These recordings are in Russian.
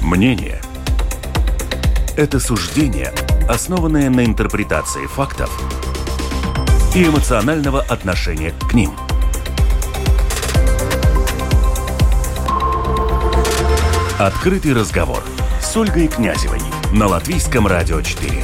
Мнение – это суждение, основанное на интерпретации фактов и эмоционального отношения к ним. Открытый разговор с Ольгой Князевой на Латвийском радио 4.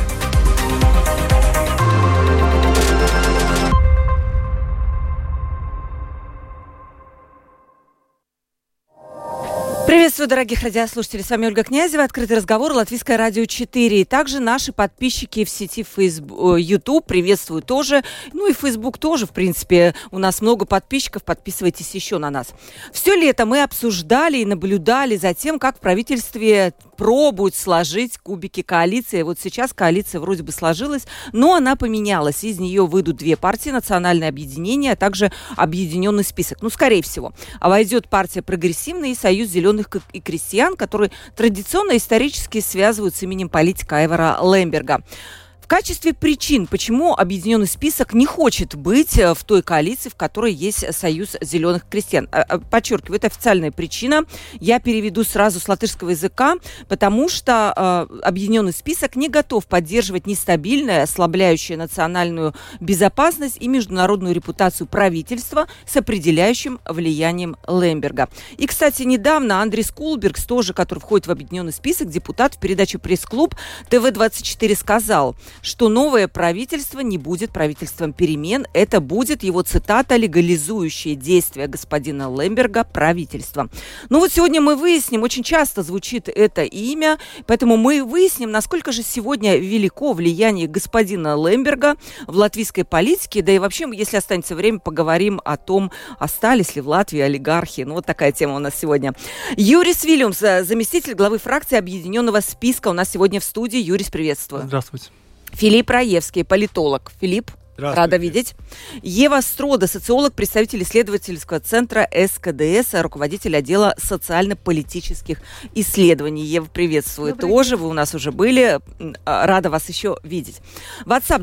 Приветствую, дорогих радиослушателей. С вами Ольга Князева. Открытый разговор, Латвийское радио 4. И также наши подписчики в сети YouTube приветствую тоже. Ну и Facebook тоже, в принципе. У нас много подписчиков. Подписывайтесь еще на нас. Все лето мы обсуждали и наблюдали за тем, как в правительстве пробуют сложить кубики коалиции. Вот сейчас коалиция вроде бы сложилась, но она поменялась. Из нее выйдут две партии: Национальное объединение, а также Объединенный список. Ну, скорее всего. А войдет партия Прогрессивная и Союз зеленых и крестьян, которые традиционно исторически связывают с именем политика Айвара Лемберга. В качестве причин, почему Объединенный список не хочет быть в той коалиции, в которой есть Союз зеленых крестьян. Подчеркиваю, это официальная причина. Я переведу сразу с латышского языка, потому что Объединенный список не готов поддерживать нестабильное, ослабляющее национальную безопасность и международную репутацию правительства с определяющим влиянием Лемберга. И, кстати, недавно Андрис Кулбергс, тоже, который входит в Объединенный список, депутат, в передаче «Пресс-клуб» ТВ-24 сказал, что новое правительство не будет правительством перемен. Это будет, его цитата, легализующее действия господина Лемберга правительство. Ну вот сегодня мы выясним, очень часто звучит это имя, поэтому мы выясним, насколько же сегодня велико влияние господина Лемберга в латвийской политике, да и вообще, если останется время, поговорим о том, остались ли в Латвии олигархи. Ну вот такая тема у нас сегодня. Юрис Вильямс, заместитель главы фракции Объединенного списка, у нас сегодня в студии. Юрис, приветствую. Здравствуйте. Филипп Раевский, политолог. Филипп, рада видеть. Ева Строда, социолог, представитель исследовательского центра СКДС, руководитель отдела социально-политических исследований. Ева, приветствую. Добрый тоже. День. Вы у нас уже были. Рада вас еще видеть. WhatsApp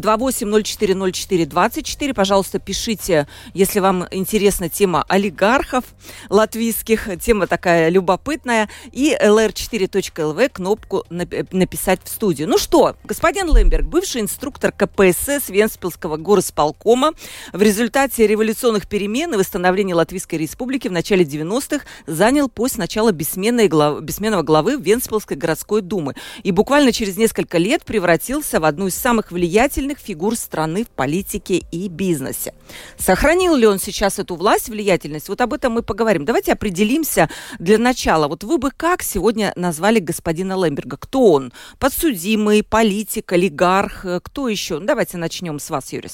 28040424. Пожалуйста, пишите, если вам интересна тема олигархов латвийских. Тема такая любопытная. И lr4.lv, кнопку написать в студию. Ну что, господин Лемберг, бывший инструктор КПСС Вентспилского горосполкома, в результате революционных перемен и восстановления Латвийской республики в начале 90-х занял пост сначала бессменного главы Вентспилской городской думы и буквально через несколько лет превратился в одну из самых влиятельных фигур страны в политике и бизнесе. Сохранил ли он сейчас эту власть, влиятельность? Вот об этом мы поговорим. Давайте определимся для начала. Вот вы бы как сегодня назвали господина Лемберга? Кто он? Подсудимый, политик, олигарх? Кто еще? Давайте начнем с вас, Юрис.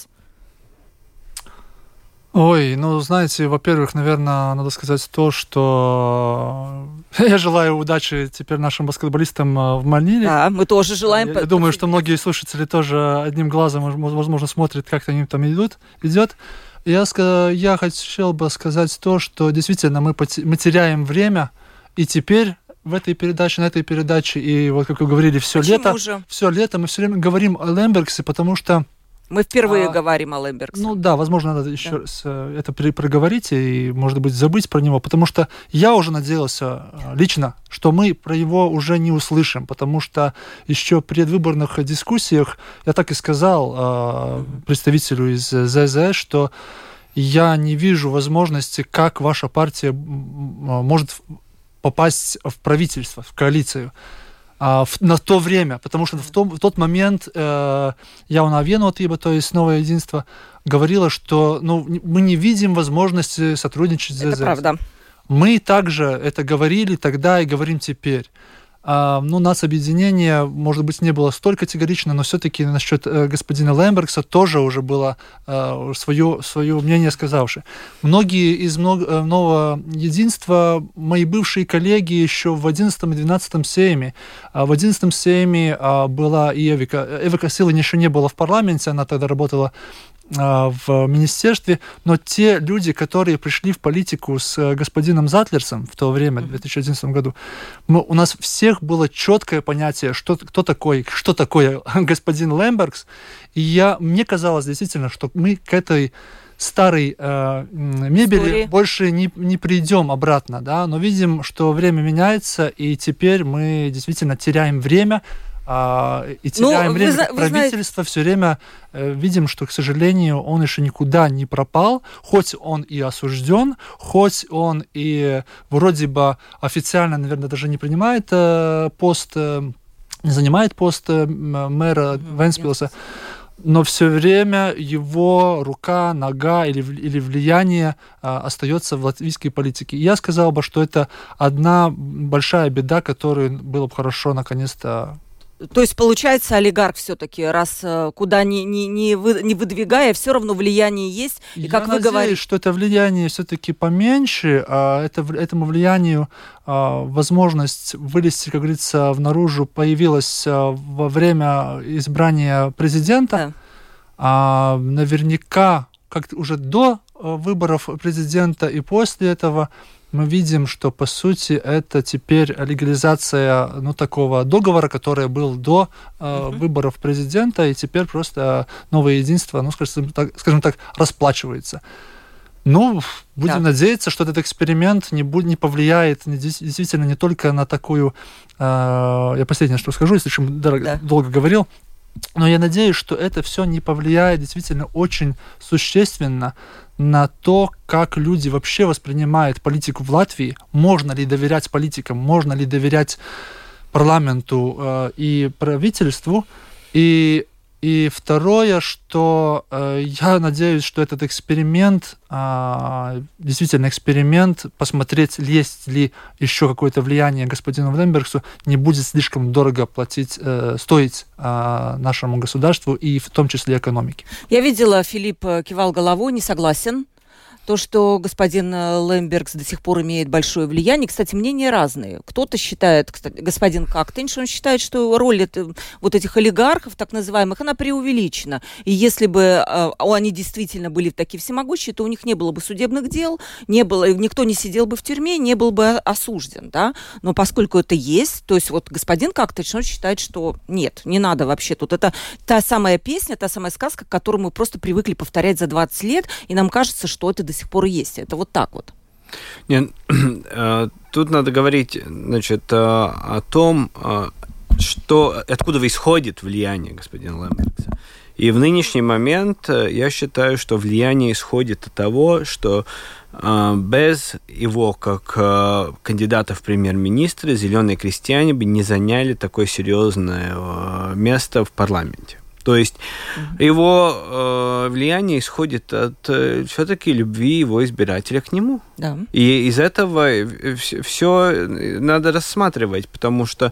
Ой, ну, знаете, во-первых, наверное, надо сказать то, что я желаю удачи теперь нашим баскетболистам в Маниле. Да, мы тоже желаем. Я думаю, что многие слушатели тоже одним глазом, возможно, смотрят, как они там идет. Я хотел бы сказать то, что действительно мы теряем время, и теперь на этой передаче, и вот как вы говорили, все лето мы все время говорим о Лембергсе, потому что мы впервые говорим о Лембергсе. Ну да, возможно, надо еще раз это проговорить и, может быть, забыть про него, потому что я уже надеялся лично, что мы про его уже не услышим, потому что еще в предвыборных дискуссиях я так и сказал представителю из ЗЗ, что я не вижу возможности, как ваша партия может попасть в правительство, в коалицию. На то время, потому что в тот момент Jaunā Vienotība, то есть Новое единство, говорила, что мы не видим возможности сотрудничать с ЗЗ. Это правда. Мы также это говорили тогда и говорим теперь. Нацобъединение, может быть, не было столь категорично, но все-таки насчет господина Лембергса тоже уже было свое мнение сказавши. Многие из Нового единства, мои бывшие коллеги еще в 11 и 12 сейме. В 11 сейме была и Эвика Силин еще не была в парламенте, она тогда работала в министерстве, но те люди, которые пришли в политику с господином Затлерсом в то время, в 2011 году, у нас всех было четкое понятие, что такое господин Лембергс, и мне казалось действительно, что мы к этой старой мебели больше не придем обратно, да, но видим, что время меняется, и теперь мы действительно теряем время, и теряем время как правительство, все время видим, что, к сожалению, он еще никуда не пропал, хоть он и осужден, хоть он и вроде бы официально, наверное, даже не принимает не занимает пост мэра Вентспилса, но все время его рука, нога или влияние остается в латвийской политике. И я сказал бы, что это одна большая беда, которую было бы хорошо наконец-то. То есть, получается, олигарх все-таки, раз куда не выдвигая, все равно влияние есть. И, как вы говорите, что это влияние все-таки поменьше, а этому влиянию возможность вылезти, как говорится, наружу появилась во время избрания президента. Да. Наверняка, как уже до выборов президента и после этого, мы видим, что, по сути, это теперь легализация такого договора, который был до выборов президента, и теперь просто новое единство, скажем так, расплачивается. Будем надеяться, что этот эксперимент не повлияет действительно не только на такую... Я последнее, что скажу, я слишком долго говорил, но я надеюсь, что это все не повлияет действительно очень существенно на то, как люди вообще воспринимают политику в Латвии, можно ли доверять политикам, можно ли доверять парламенту и правительству. И второе, что я надеюсь, что этот эксперимент, действительно эксперимент, посмотреть, есть ли еще какое-то влияние господину Лембергсу, не будет слишком дорого стоить нашему государству и в том числе экономике. Я видела, Филипп кивал головой, не согласен. То, что господин Лембергс до сих пор имеет большое влияние. Кстати, мнения разные. Кто-то считает, господин Кактенш, он считает, что роль вот этих олигархов, так называемых, она преувеличена. И если бы они действительно были такие всемогущие, то у них не было бы судебных дел, никто не сидел бы в тюрьме, не был бы осужден. Да? Но поскольку это есть, то есть вот господин Кактенш, он считает, что нет, не надо вообще тут. Это та самая песня, та самая сказка, которую мы просто привыкли повторять за 20 лет, и нам кажется, что это до сих пор есть. Это вот так вот. Нет, тут надо говорить, о том, откуда исходит влияние господина Лембергса. И в нынешний момент я считаю, что влияние исходит от того, что без его как кандидата в премьер-министры зеленые крестьяне бы не заняли такое серьезное место в парламенте. То есть его влияние исходит от все-таки любви его избирателя к нему. Да. И из этого все надо рассматривать, потому что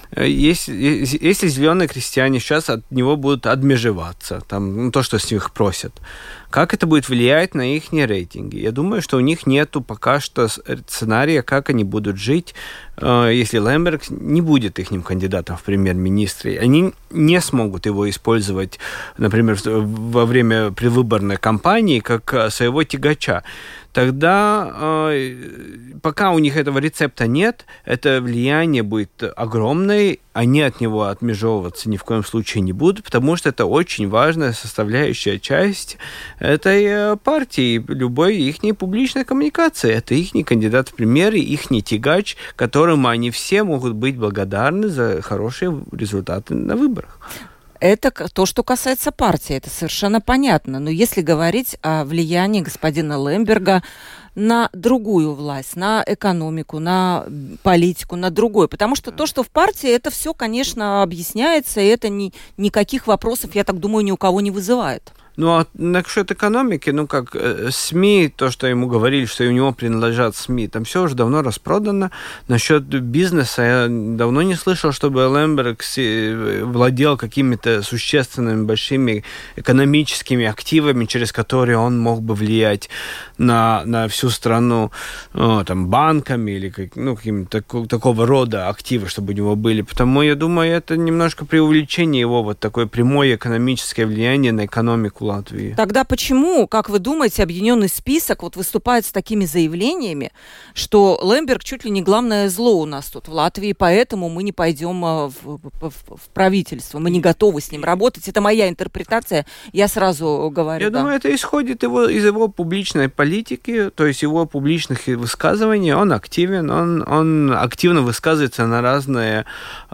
если зеленые крестьяне сейчас от него будут отмежеваться, то, что с них просят, как это будет влиять на их рейтинги? Я думаю, что у них нету пока что сценария, как они будут жить, если Лембергс не будет их кандидатом в премьер-министры. Они не смогут его использовать, например, во время предвыборной кампании как своего тягача. Тогда, пока у них этого рецепта нет, это влияние будет огромное, они от него отмежевываться ни в коем случае не будут, потому что это очень важная составляющая часть этой партии, любой их публичной коммуникации. Это их кандидат в премьеры, их тягач, которому они все могут быть благодарны за хорошие результаты на выборах. Это то, что касается партии, это совершенно понятно. Но если говорить о влиянии господина Лемберга на другую власть, на экономику, на политику, на другое. Потому что то, что в партии, это все, конечно, объясняется, и это никаких вопросов, я так думаю, ни у кого не вызывает. А насчет экономики, СМИ, то, что ему говорили, что у него принадлежат СМИ, там все уже давно распродано. Насчет бизнеса я давно не слышал, чтобы Лембергс владел какими-то существенными большими экономическими активами, через которые он мог бы влиять на всю страну, банками или какими-то такого рода активы, чтобы у него были. Потому я думаю, это немножко преувеличение его такое прямое экономическое влияние на экономику Латвии. Тогда почему, как вы думаете, объединенный список вот выступает с такими заявлениями, что Лемберг чуть ли не главное зло у нас тут в Латвии, поэтому мы не пойдем в правительство, мы не готовы с ним работать? Это моя интерпретация, я сразу говорю. Я думаю, это исходит из его публичной политики, то есть его публичных высказываний. Он активен, он активно высказывается на разные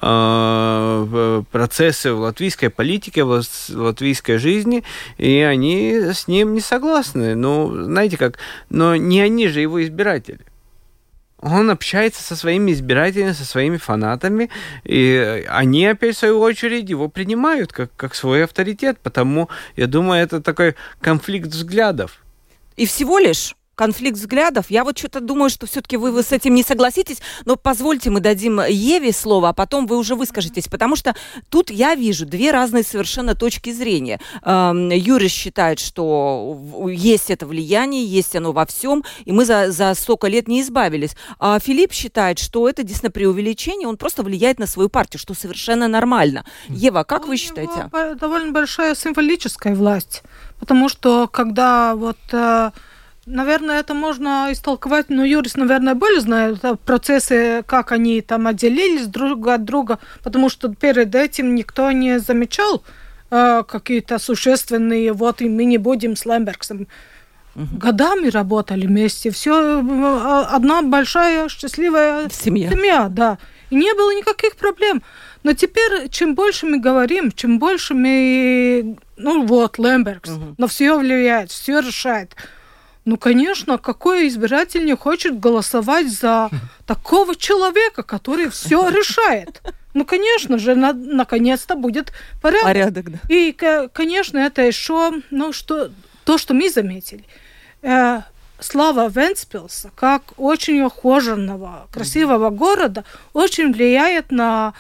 процессы в латвийской политике, в латвийской жизни, и они с ним не согласны. Ну, знаете как, но не они же его избиратели. Он общается со своими избирателями, со своими фанатами, и они, опять, в свою очередь, его принимают как свой авторитет, потому, я думаю, это такой конфликт взглядов. И всего лишь конфликт взглядов. Я вот что-то думаю, что все-таки вы с этим не согласитесь, но позвольте, мы дадим Еве слово, а потом вы уже выскажетесь, потому что тут я вижу две разные совершенно точки зрения. Юрий считает, что есть это влияние, есть оно во всем, и мы за столько лет не избавились. А Филипп считает, что это действительно преувеличение, он просто влияет на свою партию, что совершенно нормально. Ева, как вы считаете? У него довольно большая символическая власть, потому что когда вот... Наверное, это можно истолковать, но юрист, наверное, более знает процессы, как они там отделились друг от друга, потому что перед этим никто не замечал какие-то существенные, вот и мы не будем с Лембергсом. Годами работали вместе, все одна большая счастливая семья, да, и не было никаких проблем. Но теперь, чем больше мы говорим, чем больше мы, Лембергс, но все влияет, все решает. Ну, конечно, какой избиратель не хочет голосовать за такого человека, который все решает? Ну, конечно же, наконец-то будет порядок. Да. И, конечно, это еще, то, что мы заметили. Слава Вентспилса, как очень ухоженного, красивого города, очень влияет на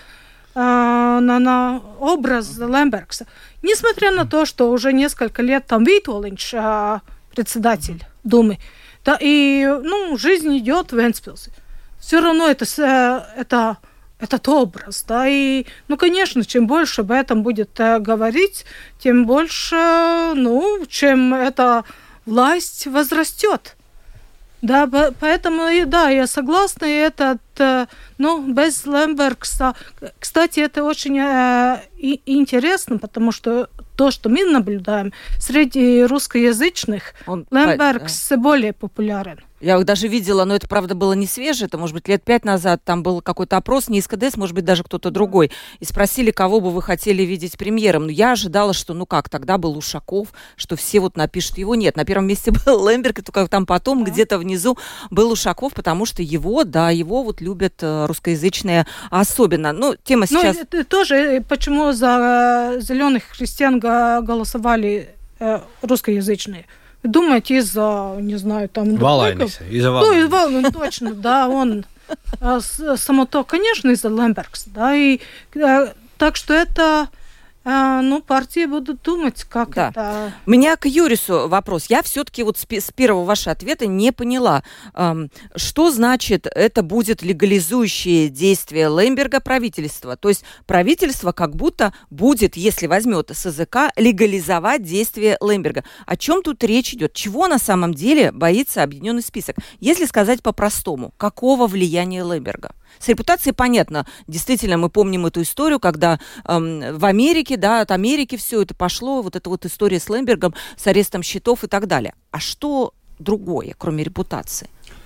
образ Лембергса. Несмотря на то, что уже несколько лет там Витолинч, председатель Думы, да, и, жизнь идет в Вентспилсе. Все равно этот образ, да, и, конечно, чем больше об этом будет говорить, тем больше, чем эта власть возрастет. Да, поэтому, да, я согласна, и без Лембергса, кстати, это очень интересно, потому что то, что мы наблюдаем, среди русскоязычных Лембергс более популярен. Я даже видела, но это, правда, было не свежее, это, может быть, лет 5 назад, там был какой-то опрос, не из КДС, может быть, даже кто-то другой, и спросили, кого бы вы хотели видеть премьером. Но я ожидала, что, тогда был Ушаков, что все вот напишут его. Нет, на первом месте был Лемберг, и только там потом где-то внизу был Ушаков, потому что его вот любят русскоязычные особенно. Тема сейчас... это тоже, почему за зеленых христиан голосовали русскоязычные. Думаете, из-за, не знаю, там... Валайниса, из-за Валайниса. Точно, да, он само то, конечно, из-за Лембергса, да, и так что это... партии будут думать, как это... У меня к Юрису вопрос. Я все-таки вот с первого вашего ответа не поняла, что значит это будет легализующее действие Лемберга правительства. То есть правительство как будто будет, если возьмет СЗК, легализовать действие Лемберга. О чем тут речь идет? Чего на самом деле боится объединенный список? Если сказать по-простому, какого влияния Лемберга? С репутацией понятно. Действительно, мы помним эту историю, когда в Америке, да, от Америки все это пошло, вот эта вот история с Лембергом, с арестом счетов и так далее. А что другое, кроме репутации?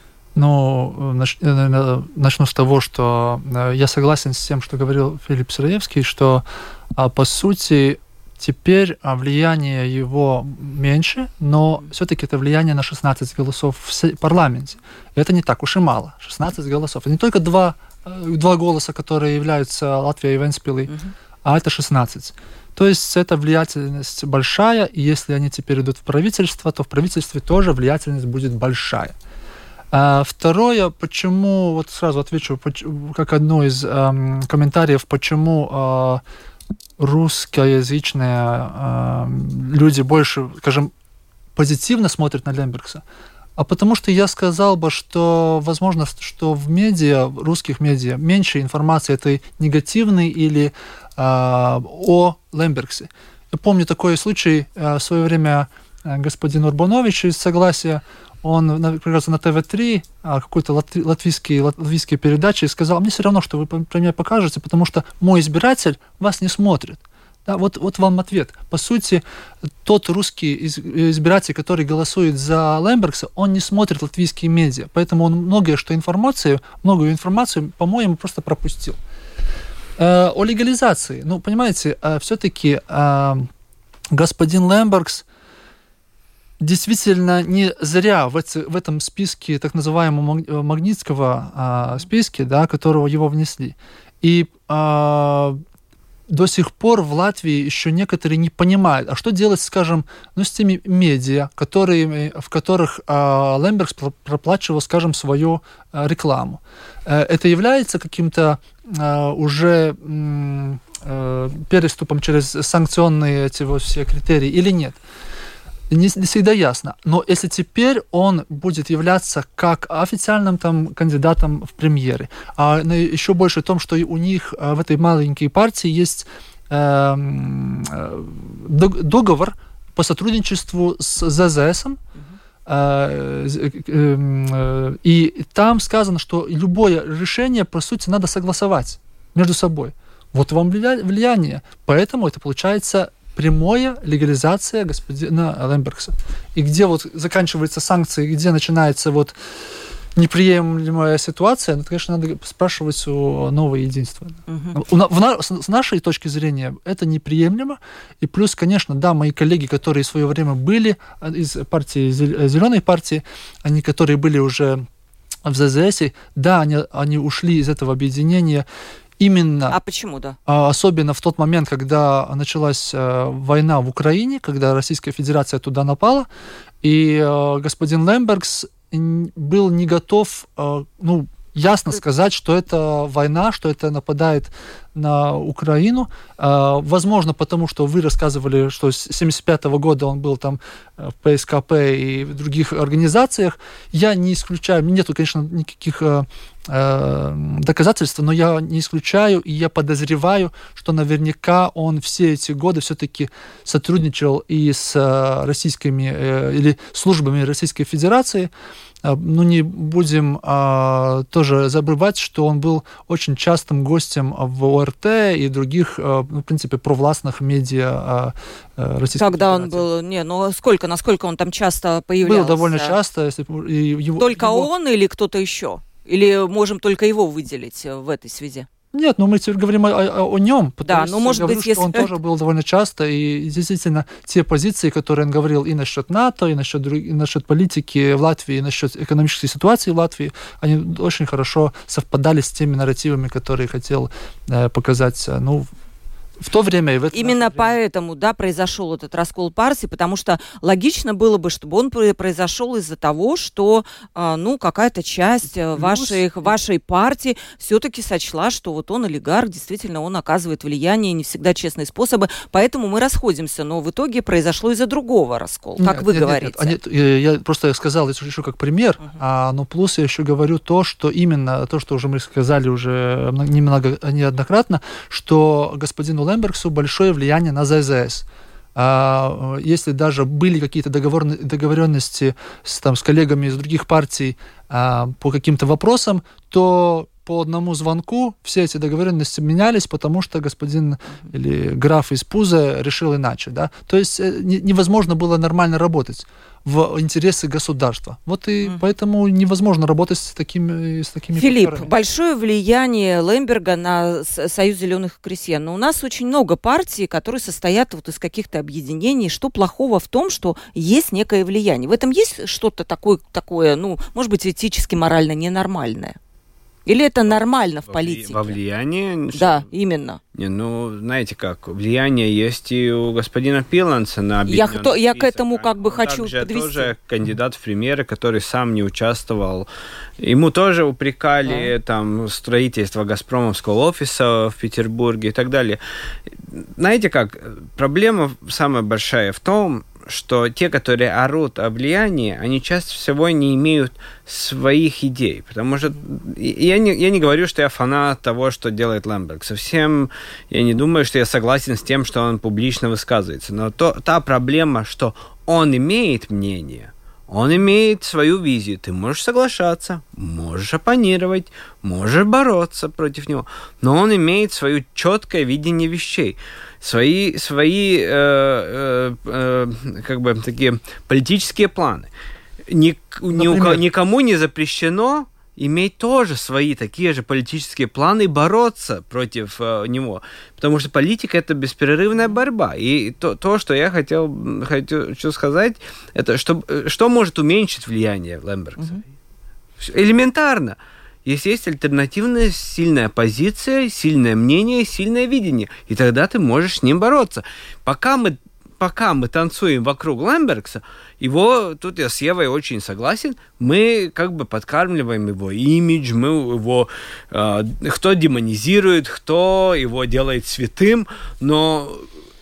Начну с того, что я согласен с тем, что говорил Филипп Сыроевский, что, по сути, теперь влияние его меньше, но все-таки это влияние на 16 голосов в парламенте. И это не так уж и мало. 16 голосов. Это не только два голоса, которые являются Латвией и Вентспилой, а это 16. То есть эта влиятельность большая, и если они теперь идут в правительство, то в правительстве тоже влиятельность будет большая. Второе, почему, вот сразу отвечу, как одно из комментариев, почему русскоязычные люди больше, скажем, позитивно смотрят на Лембергса, а потому что я сказал бы, что, возможно, что в медиа, русских медиа, меньше информации этой негативной или о Лембергсе. помню такой случай в свое время. Господин Урбанович из «Согласия», он, например, на ТВ-3 какой-то латвийские передачи сказал: мне все равно, что вы про меня покажете, потому что мой избиратель вас не смотрит. Да, вот вам ответ. По сути, тот русский избиратель, который голосует за Лембергса, он не смотрит латвийские медиа, поэтому он многую информацию, по-моему, просто пропустил. О легализации. Ну, понимаете, все-таки господин Лембергс действительно не зря в этом списке, так называемого магнитского списке, да, которого его внесли. И до сих пор в Латвии еще некоторые не понимают, а что делать, скажем, с теми медиа, в которых Лембергс проплачивал, скажем, свою рекламу. Это является каким-то уже переступом через санкционные эти все критерии или нет? Не всегда ясно. Но если теперь он будет являться как официальным кандидатом в премьеры, а еще больше в том, что у них в этой маленькой партии есть договор по сотрудничеству с ЗЗС, и там сказано, что любое решение, по сути, надо согласовать между собой. Вот вам влияние. Поэтому это получается прямая легализация господина Лембергса. И где вот заканчиваются санкции, где начинается вот неприемлемая ситуация, это, конечно, надо спрашивать у нового единства. С нашей точки зрения это неприемлемо. И плюс, конечно, да, мои коллеги, которые в свое время были из партии, Зеленой партии, они, которые были уже в ЗЗС, да, они ушли из этого объединения. Именно, а почему, да? Особенно в тот момент, когда началась война в Украине, когда Российская Федерация туда напала, и господин Лембергс был не готов, ясно сказать, что это война, что это нападает на Украину. Возможно, потому что вы рассказывали, что с 1975 года он был там в ПСКП и в других организациях. Я не исключаю, нету, конечно, никаких доказательств, но я не исключаю и я подозреваю, что наверняка он все эти годы все-таки сотрудничал и с российскими или службами Российской Федерации. Не будем тоже забывать, что он был очень частым гостем в ОРТ и других, в принципе, провластных медиа Российской Федерации. Когда он был... насколько он там часто появлялся? Был довольно часто. Только он или кто-то еще? Или можем только его выделить в этой связи? Нет, мы теперь говорим о нем, потому что может быть, что он тоже был довольно часто, и действительно те позиции, которые он говорил и насчет НАТО, и насчет политики в Латвии, и насчет экономической ситуации в Латвии, они очень хорошо совпадали с теми нарративами, которые хотел показать, в то время и в это Именно поэтому, произошел этот раскол партии, потому что логично было бы, чтобы он произошел из-за того, что, какая-то часть вашей партии все-таки сочла, что вот он олигарх, действительно, он оказывает влияние, не всегда честные способы, поэтому мы расходимся, но в итоге произошло из-за другого раскола, как вы говорите. Нет, я просто сказал еще как пример, но плюс я еще говорю что именно то, что уже мы сказали уже неоднократно, что господину Лембергсу большое влияние на ЗЗС. Если даже были какие-то договоренности с коллегами из других партий по каким-то вопросам, то по одному звонку все эти договоренности менялись, потому что господин или граф из Пуза решил иначе. Да? То есть невозможно было нормально работать в интересы государства. Вот и поэтому невозможно работать с такими Филипп, партнерами. Большое влияние Лемберга на Союз зеленых крестьян. Но у нас очень много партий, которые состоят из каких-то объединений. Что плохого в том, что есть некое влияние? В этом есть что-то такое, может быть, этически, морально ненормальное? Или это нормально в политике? Во влиянии? Да, именно. Знаете как, влияние есть и у господина Пиланца на объединенный список. Я к этому хочу подвести. Тоже кандидат в премьеры, который сам не участвовал. Ему тоже упрекали строительство газпромовского офиса в Петербурге и так далее. Знаете как, проблема самая большая в том, что те, которые орут о влиянии, они чаще всего не имеют своих идей. Потому что я не говорю, что я фанат того, что делает Лемберг. Совсем я не думаю, что я согласен с тем, что он публично высказывается. Но та проблема, что он имеет мнение, он имеет свою визию. Ты можешь соглашаться, можешь оппонировать, можешь бороться против него, но он имеет свое четкое видение вещей, свои как бы такие политические планы. Никому не запрещено иметь тоже свои такие же политические планы и бороться против него. Потому что политика – это беспрерывная борьба. И то что я хочу сказать, это что может уменьшить влияние Лембергса? Элементарно. Если есть альтернативная сильная позиция, сильное мнение, сильное видение, и тогда ты можешь с ним бороться. Пока мы танцуем вокруг Лембергса, его, тут я с Евой очень согласен, мы как бы подкармливаем его имидж, мы его, кто демонизирует, кто его делает святым, но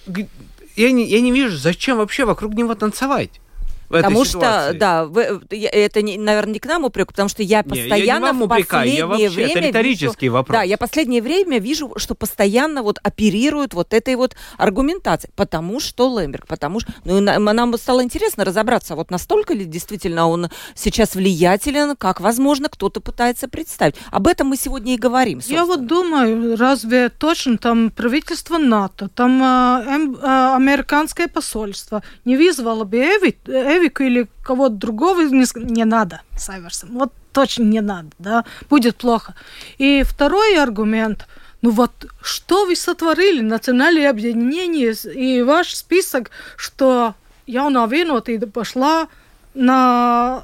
я не вижу, зачем вообще вокруг него танцевать. Потому что, да, это, наверное, не к нам упрек, потому что я постоянно в последнее время это риторический вопрос. Да, я последнее время вижу, что постоянно вот оперируют вот этой вот аргументацией. Потому что Лемберг, потому что... Ну, нам стало интересно разобраться, вот настолько ли действительно он сейчас влиятелен, как, возможно, кто-то пытается представить. Об этом мы сегодня и говорим, собственно. Я вот думаю, разве точно там правительство НАТО, там американское посольство не вызвало бы Эвику или кого-то другого, не надо, Сайверсон, вот точно не надо, да, будет плохо. И второй аргумент, ну вот, что вы сотворили, национальное объединение и ваш список, что Jaunā vienotība пошла на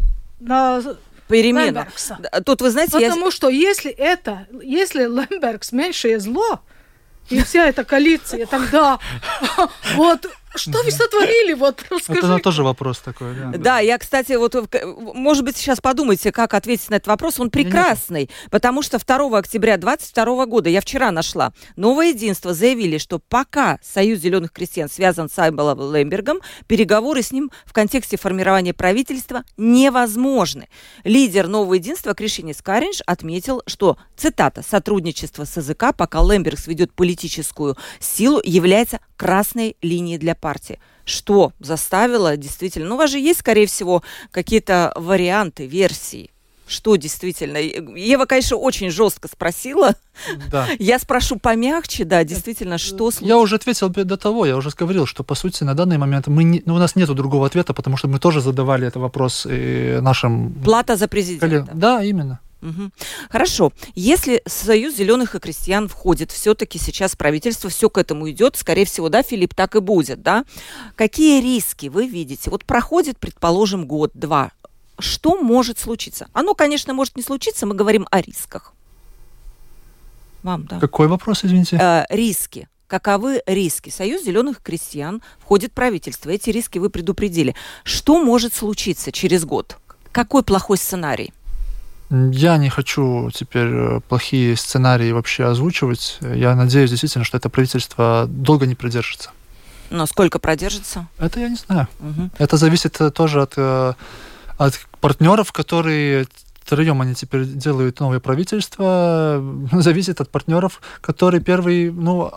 перемена. Тут, вы знаете, потому что если Лембергс меньшее зло, и вся эта коалиция, тогда вот что вы сотворили? Вот расскажи. Это тоже вопрос такой, да. Да, я, кстати, вот, может быть, сейчас подумайте, как ответить на этот вопрос. Он прекрасный, потому что 2 октября 2022 года, я вчера нашла, Новое единство заявили, что пока Союз зеленых крестьян связан с Саймболом Лембергом, переговоры с ним в контексте формирования правительства невозможны. Лидер Нового единства Кришинис Каринш отметил, что, цитата, «сотрудничество с АЗК, пока Лемберг сведет политическую силу, является красной линией для партии». Что заставило действительно... Ну, у вас же есть, скорее всего, какие-то варианты, версии. Что действительно... Ева, конечно, очень жестко спросила. Да. Я спрошу помягче, да, действительно, что случилось? Я уже ответил до того, я уже говорил, что, по сути, на данный момент у нас нет другого ответа, потому что мы тоже задавали этот вопрос нашим... Плата за президента. Да, именно. Угу. Хорошо. Если Союз зеленых и крестьян входит все-таки сейчас в правительство, все к этому идет, скорее всего, да, Филипп, так и будет, да? Какие риски вы видите? Вот проходит, предположим, год-два. Что может случиться? Оно, конечно, может не случиться, мы говорим о рисках. Вам, да. Какой вопрос, извините? Риски. Каковы риски? Союз зеленых крестьян входит в правительство. Эти риски вы предупредили. Что может случиться через год? Какой плохой сценарий? Я не хочу теперь плохие сценарии вообще озвучивать. Я надеюсь действительно, что это правительство долго не продержится. Но сколько продержится? Это я не знаю. Угу. Это зависит тоже от партнеров, которые... Втроем они теперь делают новое правительство. Зависит от партнеров, который первый,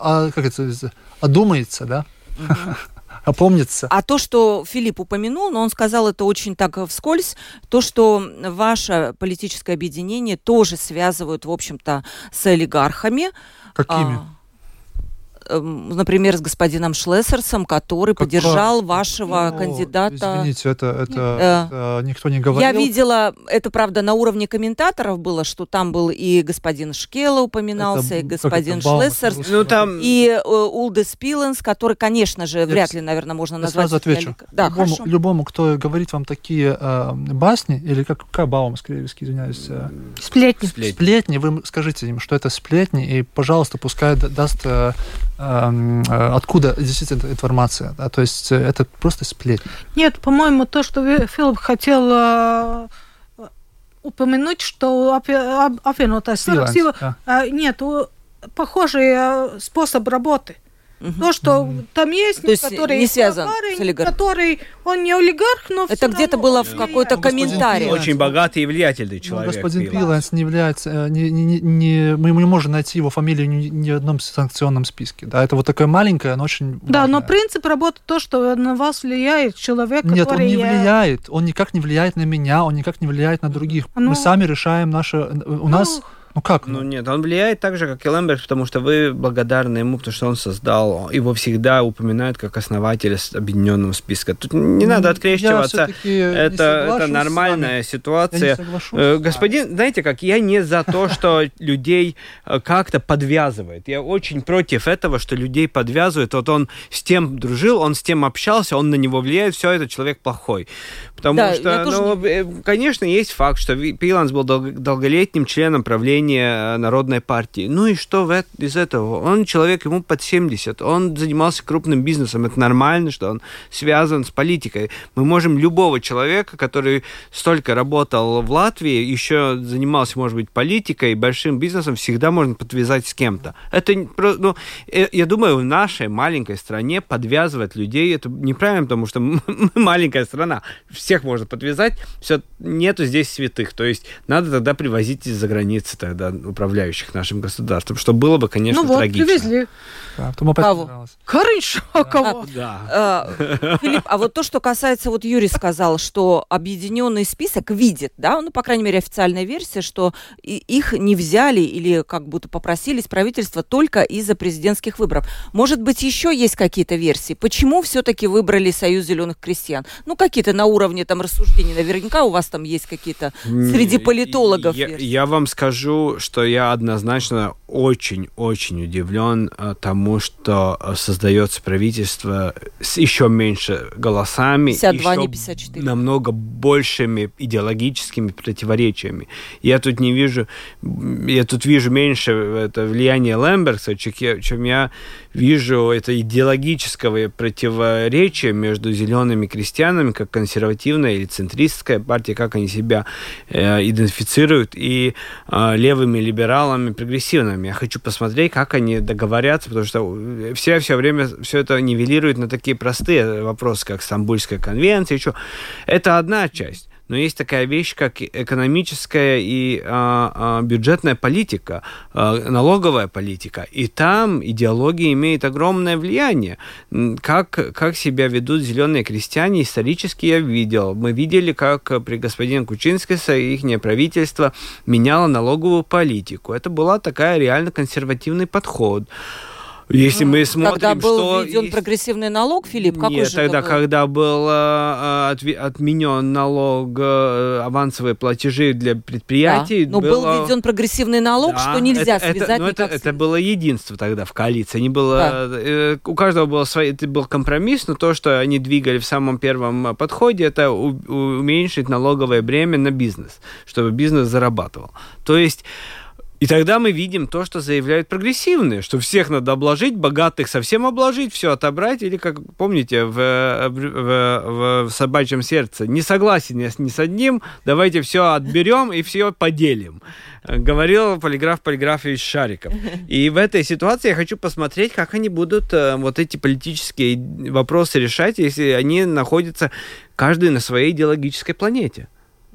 одумается, да? Угу. Опомнится. А то, что Филипп упомянул, но он сказал это очень так вскользь, то, что ваше политическое объединение тоже связывают, в общем-то, с олигархами. Какими? Например, с господином Шлессерсом, который поддержал вашего кандидата. Извините, это никто не говорил. Я видела, это, правда, на уровне комментаторов было, что там был и господин Шкела упоминался, и господин Шлессерс, и Улдис Пиленс, который, конечно же, вряд ли, наверное, можно назвать... Я сразу отвечу. Да, любому, кто говорит вам такие басни, или как Баум, извиняюсь... Сплетни, вы скажите им, что это сплетни, и, пожалуйста, пускай даст... откуда действительно информация, да? То есть это просто сплетни. Нет, по-моему, то, что Филипп хотел упомянуть, что апвенотая сила, нет, похожий способ работы. То, что там есть, который не связан с олигархом. Который он не олигарх, но это где-то было в какой-то комментарии. Очень богатый и влиятельный человек. Господин Пиланс не является, мы не можем найти его фамилию ни в одном санкционном списке. Да, это вот такая маленькая, но очень важная. Да, но принцип работы то, что на вас влияет человек, Нет, который... он не влияет. Он никак не влияет на меня, он никак не влияет на других. Мы сами решаем наше... У нас... Ну как? Ну нет, он влияет так же, как и Лемберг, потому что вы благодарны ему, потому что он создал, его всегда упоминают как основателя объединенного списка. Тут не надо открещиваться, это нормальная ситуация. Господин, знаете как, я не за то, что людей как-то подвязывает. Я очень против этого, что людей подвязывают. Вот он с тем дружил, он с тем общался, он на него влияет, все, этот человек плохой. Потому что, конечно, есть факт, что Пиланс был долголетним членом правления Народной партии. Ну и что из этого? Он человек, ему под 70, он занимался крупным бизнесом. Это нормально, что он связан с политикой. Мы можем любого человека, который столько работал в Латвии, еще занимался, может быть, политикой, большим бизнесом, всегда можно подвязать с кем-то. Это, я думаю, в нашей маленькой стране подвязывать людей, это неправильно, потому что мы маленькая страна. Всех можно подвязать, все, нету здесь святых. То есть надо тогда привозить из-за границы тогда управляющих нашим государством, что было бы, конечно, трагично. Привезли. Кого? Кого? Да. Филипп, а вот то, что касается, вот Юрий сказал, что объединенный список видит, да, ну, по крайней мере, официальная версия, что их не взяли или как будто попросили с правительства только из-за президентских выборов. Может быть, еще есть какие-то версии? Почему все-таки выбрали Союз зеленых крестьян? Ну, какие-то на уровне там рассуждений, наверняка у вас там есть какие-то среди политологов версии. Я вам скажу, что я однозначно очень-очень удивлен тому, что создается правительство с еще меньше голосами, 52, еще не 54. намного большими идеологическими противоречиями. Я тут вижу меньше это влияние Лембергса, чем я вижу это идеологическое противоречие между зелеными крестьянами, как консервативная или центристская партия, как они себя идентифицируют, и левыми либералами, прогрессивными. Я хочу посмотреть, как они договорятся, потому что все время все это нивелирует на такие простые вопросы, как Стамбульская конвенция, еще. Это одна часть. Но есть такая вещь, как экономическая и бюджетная политика, налоговая политика. И там идеология имеет огромное влияние. Как себя ведут зеленые крестьяне, исторически я видел. Мы видели, как при господине Кучинскисе их правительство меняло налоговую политику. Это была такая реально консервативный подход. Если мы смотрим, когда был введен прогрессивный налог, Филипп, какой Нет, же тогда, это был? Когда был отменен налог, авансовые платежи для предприятий. Да, но был введен прогрессивный налог, что нельзя связать никак. Это было единство тогда в коалиции. Не было, у каждого было это был компромисс, но то, что они двигали в самом первом подходе, это уменьшить налоговое бремя на бизнес, чтобы бизнес зарабатывал. То есть и тогда мы видим то, что заявляют прогрессивные, что всех надо обложить, богатых совсем обложить, все отобрать. Или, как помните, в «Собачьем сердце», не согласен я ни с одним, давайте все отберем и все поделим. Говорил Полиграф Полиграфович Шариков. И в этой ситуации я хочу посмотреть, как они будут вот эти политические вопросы решать, если они находятся каждый на своей идеологической планете.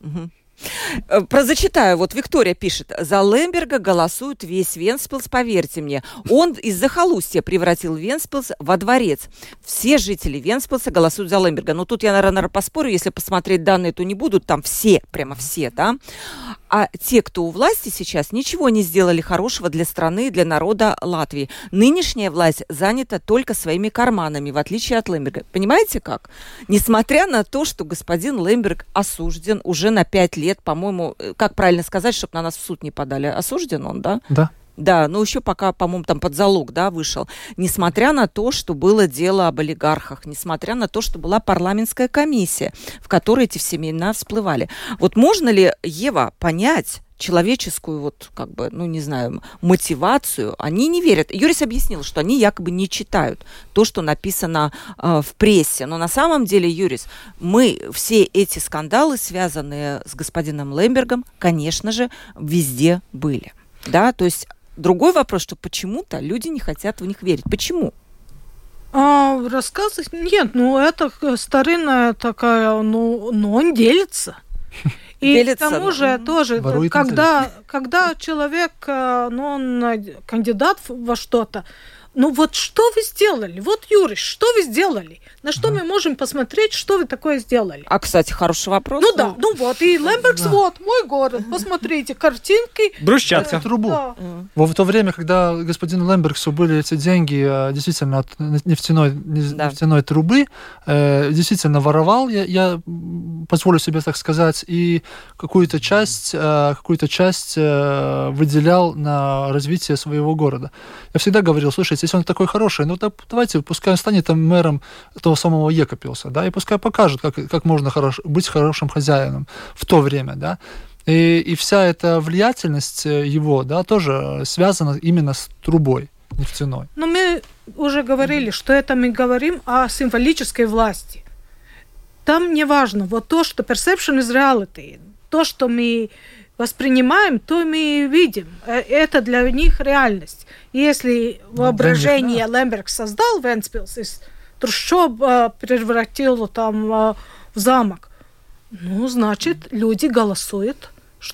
Зачитаю. Вот Виктория пишет. За Лемберга голосует весь Вентспилс, поверьте мне. Он из захолустья превратил Вентспилс во дворец. Все жители Вентспилса голосуют за Лемберга. Но тут я, наверное, поспорю, если посмотреть данные, то не будут там все, прямо все, да? А те, кто у власти сейчас, ничего не сделали хорошего для страны, для народа Латвии. Нынешняя власть занята только своими карманами, в отличие от Лемберга. Понимаете как? Несмотря на то, что господин Лемберг осужден уже на 5 лет, по-моему, как правильно сказать, чтобы на нас в суд не подали? Осужден он, да? Да. Да, но еще пока, по-моему, там под залог, да, вышел. Несмотря на то, что было дело об олигархах, несмотря на то, что была парламентская комиссия, в которой эти все имена всплывали. Вот можно ли, Ева, понять человеческую, вот, как бы, ну, не знаю, мотивацию? Они не верят. Юрис объяснил, что они якобы не читают то, что написано в прессе. Но на самом деле, Юрис, мы все эти скандалы, связанные с господином Лембергом, конечно же, везде были. Да, то есть другой вопрос, что почему-то люди не хотят в них верить. Почему? Рассказы? Нет, это старинная такая, он делится. И делится, к тому же тоже, когда человек, он кандидат во что-то, что вы сделали? Вот, Юрий, что вы сделали? На что мы можем посмотреть, что вы такое сделали? Кстати, хороший вопрос. И Лембергс, мой город, посмотрите, картинки. Брусчатка. Трубу. Да. В то время, когда господину Лембергсу были эти деньги действительно от нефтяной трубы, действительно воровал, я позволю себе так сказать, и какую-то часть выделял на развитие своего города. Я всегда говорил, слушайте, если он такой хороший, давайте, пускай он станет там мэром того самого Екапилса, да, и пускай покажет, как можно быть хорошим хозяином в то время, да. И вся эта влиятельность его, да, тоже связана именно с трубой нефтяной. Но мы уже говорили, что это мы говорим о символической власти. Там не важно, то, что perception is reality, то, что мы воспринимаем, то мы видим. Это для них реальность. Если воображение Лемберг создал Вентспилс, из трущоб превратил там в замок, значит, люди голосуют,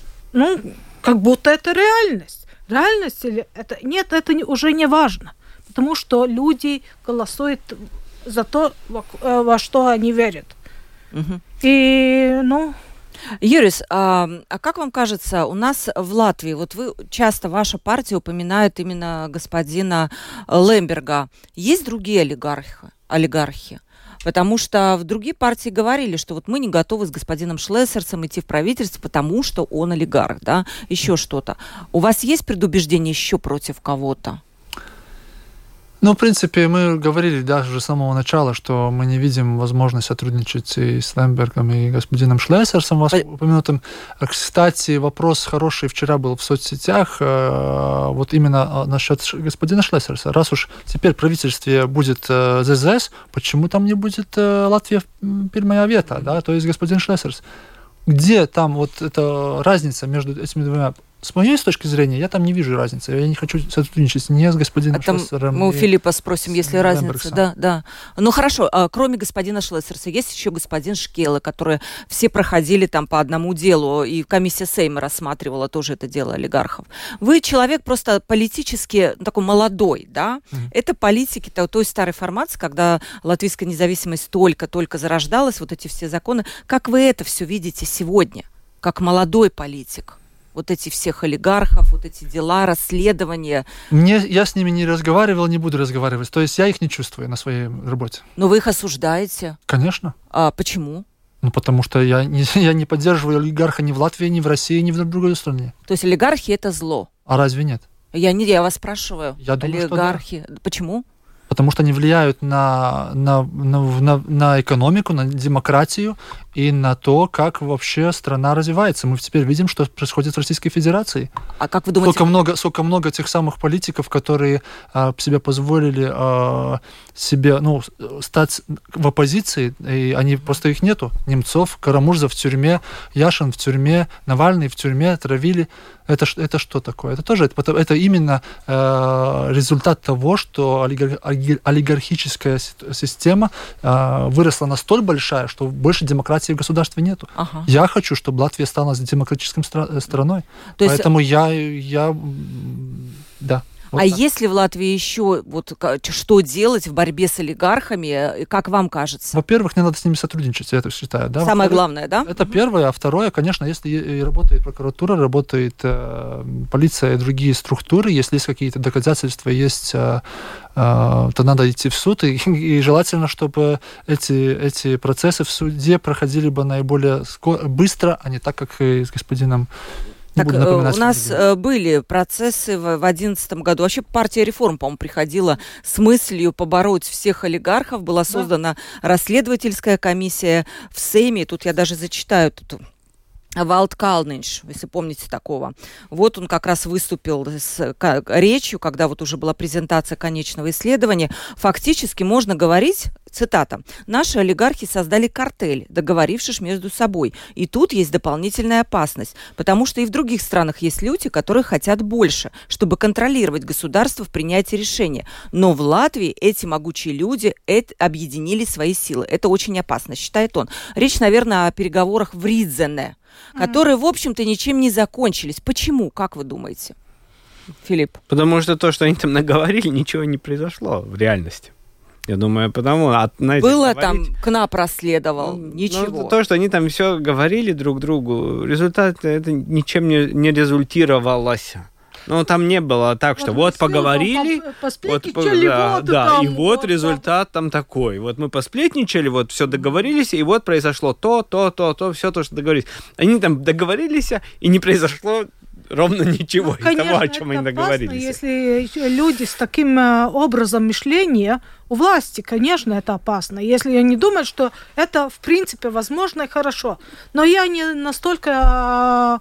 как будто это реальность. Реальность или это? Нет, это уже не важно, потому что люди голосуют за то, во что они верят. Угу. И, Юрис, а как вам кажется, у нас в Латвии, вы часто, ваша партия упоминает именно господина Лемберга, есть другие олигархи? Потому что в другие партии говорили, что мы не готовы с господином Шлессерсом идти в правительство, потому что он олигарх, да, еще что-то. У вас есть предубеждение еще против кого-то? В принципе, мы говорили даже с самого начала, что мы не видим возможности сотрудничать и с Лембергом, и господином Шлессерсом упомянутым. Кстати, вопрос хороший вчера был в соцсетях, именно насчет господина Шлессерса. Раз уж теперь в правительстве будет ЗЗС, почему там не будет Латвия Первая Вета, да, то есть господин Шлессерс? Где там эта разница между этими двумя? С моей точки зрения, я там не вижу разницы. Я не хочу сотрудничать ни с господином Шлессером. Мы у Филиппа спросим, есть ли разница. Да. Хорошо, кроме господина Шлессерса, есть еще господин Шкела, который все проходили там по одному делу, и комиссия Сейма рассматривала тоже это дело олигархов. Вы человек просто политически такой молодой, да? Это политики той старой формации, когда латвийская независимость только зарождалась, эти все законы. Как вы это все видите сегодня, как молодой политик? Эти всех олигархов, эти дела, расследования. Я с ними не разговаривал, не буду разговаривать. То есть я их не чувствую на своей работе. Но вы их осуждаете? Конечно. А почему? Потому что я не поддерживаю олигарха ни в Латвии, ни в России, ни в другой стране. То есть олигархи – это зло? А разве нет? Я вас спрашиваю. Я думаю, олигархи. Что да. Почему? Потому что они влияют на экономику, на демократию и на то, как вообще страна развивается. Мы теперь видим, что происходит в Российской Федерации. А как вы думаете? Сколько много тех самых политиков, которые себе позволили стать в оппозиции, и они просто их нету. Немцов, Карамурза в тюрьме, Яшин в тюрьме, Навальный в тюрьме, травили. Это что такое? Это именно результат того, что олигархическая система выросла настолько большая, что больше демократии в государстве нету. Ага. Я хочу, чтобы Латвия стала демократической страной. Поэтому да. Есть ли в Латвии еще что делать в борьбе с олигархами, как вам кажется? Во-первых, не надо с ними сотрудничать, я это считаю. Да? Самое главное, да? Это первое. А второе, конечно, если работает прокуратура, работает полиция и другие структуры, если есть какие-то доказательства, то надо идти в суд. И желательно, чтобы эти процессы в суде проходили бы наиболее быстро, а не так, как и с господином. Так, у нас были процессы в 2011 году. Вообще партия реформ, по-моему, приходила с мыслью побороть всех олигархов. Была создана расследовательская комиссия в Сейме. Тут я даже зачитаю Валд Калнинш, если помните такого. Вот он как раз выступил с речью, когда вот уже была презентация конечного исследования. Фактически можно говорить, цитата, «Наши олигархи создали картель, договорившись между собой. И тут есть дополнительная опасность, потому что и в других странах есть люди, которые хотят больше, чтобы контролировать государство в принятии решения. Но в Латвии эти могучие люди объединили свои силы. Это очень опасно», считает он. Речь, наверное, о переговорах в Ридзене, которые, в общем-то, ничем не закончились. Почему, как вы думаете, Филипп? Потому что то, что они там наговорили, ничего не произошло в реальности. Я думаю, потому... знаете, было говорить... там, КНАП расследовал, ничего. Ну, то, что они там все говорили друг другу, результат это ничем не результировалось. Ну, там не было так, что вот поговорили, и вот результат там такой. Вот мы посплетничали, вот все договорились, и вот произошло то, все то, что договорились. Они там договорились, и не произошло ровно ничего из того, о чем они договорились. Если люди с таким образом мышления у власти, конечно, это опасно. Если они думают, что это, в принципе, возможно и хорошо. Но я не настолько...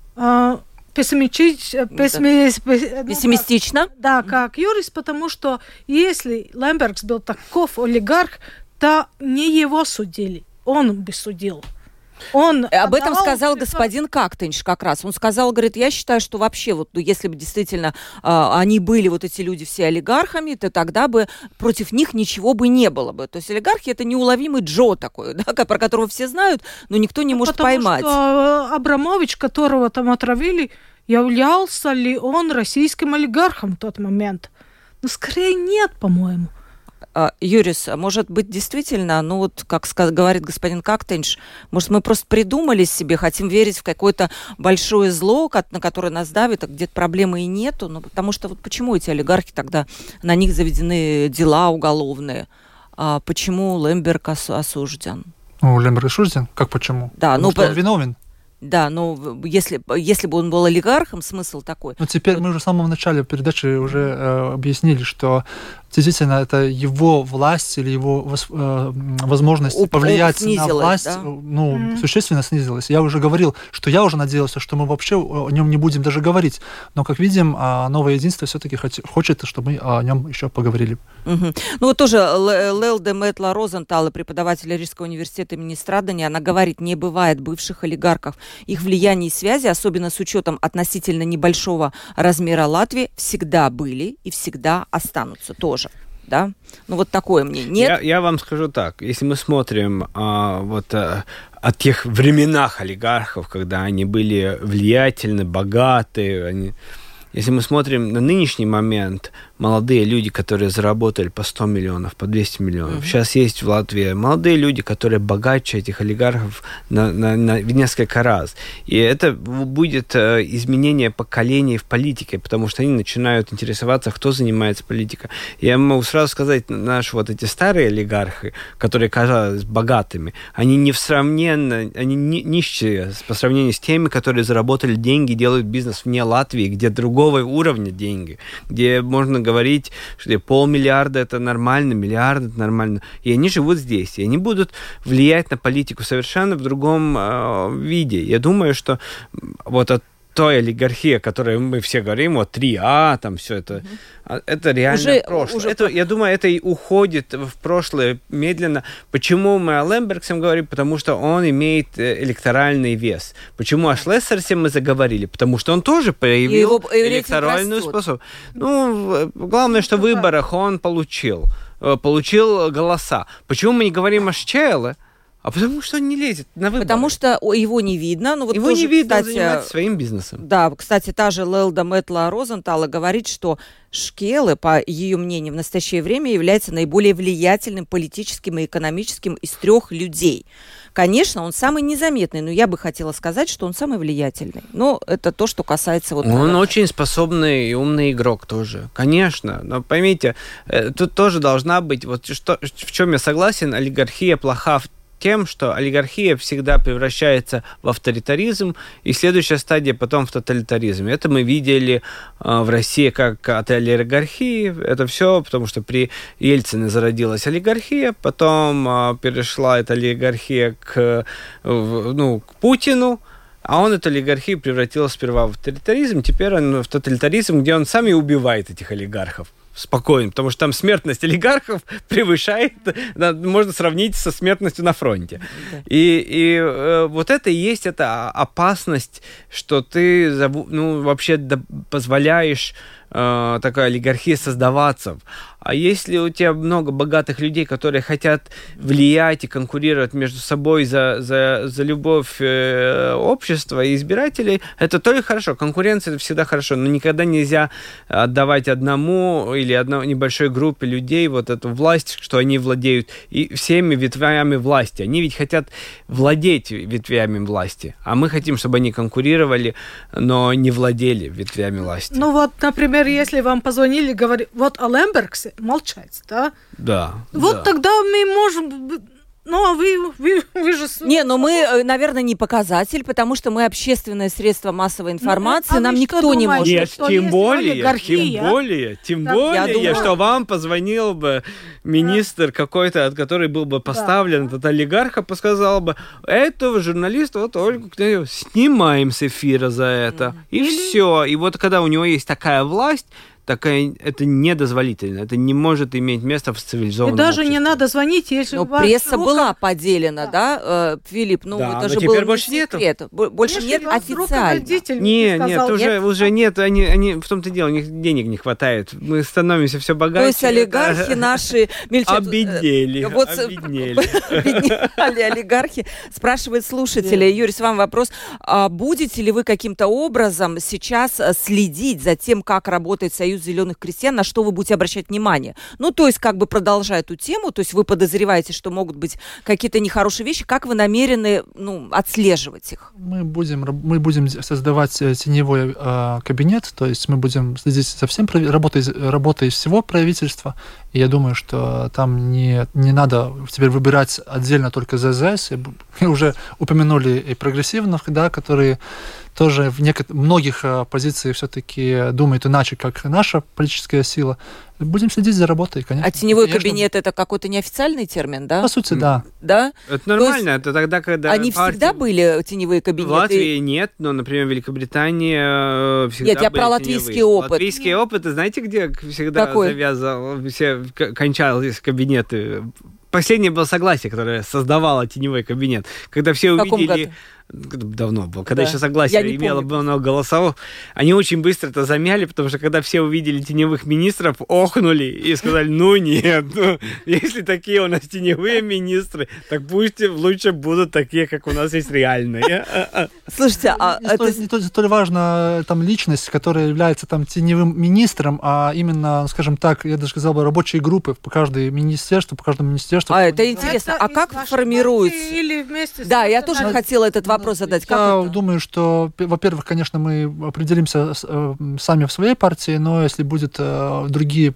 пессимистично? Да, как юрист, потому что если Лембергс был таков олигарх, то не его судили, он бы судил. Об этом сказал господин Кактинш как раз. Он сказал, говорит, я считаю, что вообще, вот, если бы действительно они были, вот эти люди все олигархами, то тогда бы против них ничего бы не было бы. То есть олигархи — это неуловимый Джо такой, да, про которого все знают, но никто не может поймать. Потому что Абрамович, которого там отравили, являлся ли он российским олигархом в тот момент? Ну, скорее нет, по-моему. Юрис, может быть, действительно, ну вот, как говорит господин Кактинш, может, мы просто придумали себе, хотим верить в какое-то большое зло, на которое нас давит, а где-то проблемы и нету, ну, потому что вот почему эти олигархи тогда, на них заведены дела уголовные, а почему Лемберг осужден? Ну, Лемберг осужден? Как почему? Да, потому что он виновен. Да, но если бы он был олигархом, смысл такой. Но теперь мы уже в самом начале передачи уже объяснили, что действительно это его власть или его возможность повлиять на власть, да? Существенно снизилась. Я уже говорил, что я уже надеялся, что мы вообще о нем не будем даже говорить. Но, как видим, Новое единство все-таки хочет, чтобы мы о нем еще поговорили. Ну вот тоже Лелде Метла Розентал, преподаватель Рижского университета имени Страдания, она говорит, не бывает бывших олигархов. Их влияние и связи, особенно с учетом относительно небольшого размера Латвии, всегда были и всегда останутся тоже. Да? Ну вот такое мнение. Нет? Я вам скажу так. Если мы смотрим о тех временах олигархов, когда они были влиятельны, богаты, если мы смотрим на нынешний момент, молодые люди, которые заработали по 100 миллионов, по 200 миллионов. Сейчас есть в Латвии молодые люди, которые богаче этих олигархов в несколько раз. И это будет изменение поколений в политике, потому что они начинают интересоваться, кто занимается политикой. Я могу сразу сказать, наши вот эти старые олигархи, которые казались богатыми, они несравненно, они нищие по сравнению с теми, которые заработали деньги, делают бизнес вне Латвии, где другого уровня деньги, где можно говорить, что 500 миллиарда это нормально, миллиард это нормально. И они живут здесь, и они будут влиять на политику совершенно в другом виде. Я думаю, что вот от той олигархии, о которой мы все говорим, вот 3А, там все это, это реально прошлое. Я думаю, это и уходит в прошлое медленно. Почему мы о Лембергсе говорим? Потому что он имеет электоральный вес. Почему о Шлессерсе мы заговорили? Потому что он тоже проявил электоральную способность. Ну, главное, что в выборах он получил голоса. Почему мы не говорим о Шчеле? А потому что он не лезет на выборы. Потому что его не видно. Ну, вот его тоже, не видно, кстати, он занимается своим бизнесом. Да, кстати, та же Лелда Метла Розентала говорит, что Шкеле, по ее мнению, в настоящее время является наиболее влиятельным политическим и экономическим из 3 людей. Конечно, он самый незаметный, но я бы хотела сказать, что он самый влиятельный. Но это то, что касается... Он очень способный и умный игрок тоже, конечно. Но поймите, тут тоже должна быть... Вот в чем я согласен, олигархия плоха тем, что олигархия всегда превращается в авторитаризм, и следующая стадия потом в тоталитаризм. Это мы видели в России как от олигархии. Это все потому, что при Ельцине зародилась олигархия, потом перешла эта олигархия к Путину, А он эту олигархию превратил сперва в тоталитаризм, теперь он в тоталитаризм, где он сам и убивает этих олигархов. Спокойно, потому что там смертность олигархов превышает, можно сравнить со смертностью на фронте. Да. И вот это и есть эта опасность, что ты вообще позволяешь такая олигархия создаваться. А если у тебя много богатых людей, которые хотят влиять и конкурировать между собой за любовь общества и избирателей, это только хорошо. Конкуренция – это всегда хорошо, но никогда нельзя отдавать одному или одной небольшой группе людей вот эту власть, что они владеют и всеми ветвями власти. Они ведь хотят владеть ветвями власти, а мы хотим, чтобы они конкурировали, но не владели ветвями власти. Ну вот, например, если вам позвонили, говорят, вот о Лембергсе, молчать, да? Да. Вот да. Тогда мы можем... Ну, а вы же... Не, но мы, наверное, не показатель, потому что мы общественное средство массовой информации, нам никто не может... Нет, тем более, что вам позвонил бы министр какой-то, который был бы поставлен, этот олигарх, и сказал бы, этого журналиста, вот Ольгу Князеву, снимаем с эфира за это. И все. И вот когда у него есть такая власть, это недозволительно, это не может иметь место в цивилизованном обществе. И даже не надо звонить, если... Но пресса была поделена, да, Филипп? Ну, да, это же теперь был больше нету. Больше нет официально. Нет, уже нет, они в том-то дело, у них денег не хватает. Мы становимся все богаче. То есть олигархи наши... Обеднели. Обеднели олигархи. Спрашивает слушатель. Юрий, с вами вопрос. Будете ли вы каким-то образом сейчас следить за тем, как работает Союз зеленых крестьян, на что вы будете обращать внимание? Ну, то есть, как бы продолжая эту тему, то есть вы подозреваете, что могут быть какие-то нехорошие вещи, как вы намерены, отслеживать их? Мы будем создавать теневой кабинет, то есть мы будем следить за всем, работой всего правительства, и я думаю, что там не надо теперь выбирать отдельно только ЗЗС, мы уже упомянули и прогрессивных, да, которые тоже в многих позициях все-таки думают иначе, как наша политическая сила. Будем следить за работой, конечно. А теневой кабинет – это какой-то неофициальный термин, да? По сути, да. Да? Это нормально, это тогда, когда... Они всегда были теневые кабинеты? В Латвии нет, но, например, в Великобритании всегда Нет, я про латвийский опыт. Латвийский опыт, знаете, где всегда завязывал, все кончались кабинеты? Последнее было согласие, которое создавало теневой кабинет. Когда все увидели... Давно было. Когда еще согласие имело много голосов, они очень быстро это замяли, потому что когда все увидели теневых министров, охнули и сказали, нет, если такие у нас теневые министры, так пусть лучше будут такие, как у нас есть реальные. Слушайте, не столь важна там личность, которая является там теневым министром, а именно, скажем так, я даже сказал бы, рабочие группы по каждому министерству. Это интересно. А как формируется? Да, я тоже хотела этот вопрос задать. Я думаю, что, во-первых, конечно, мы определимся сами в своей партии, но если будут другие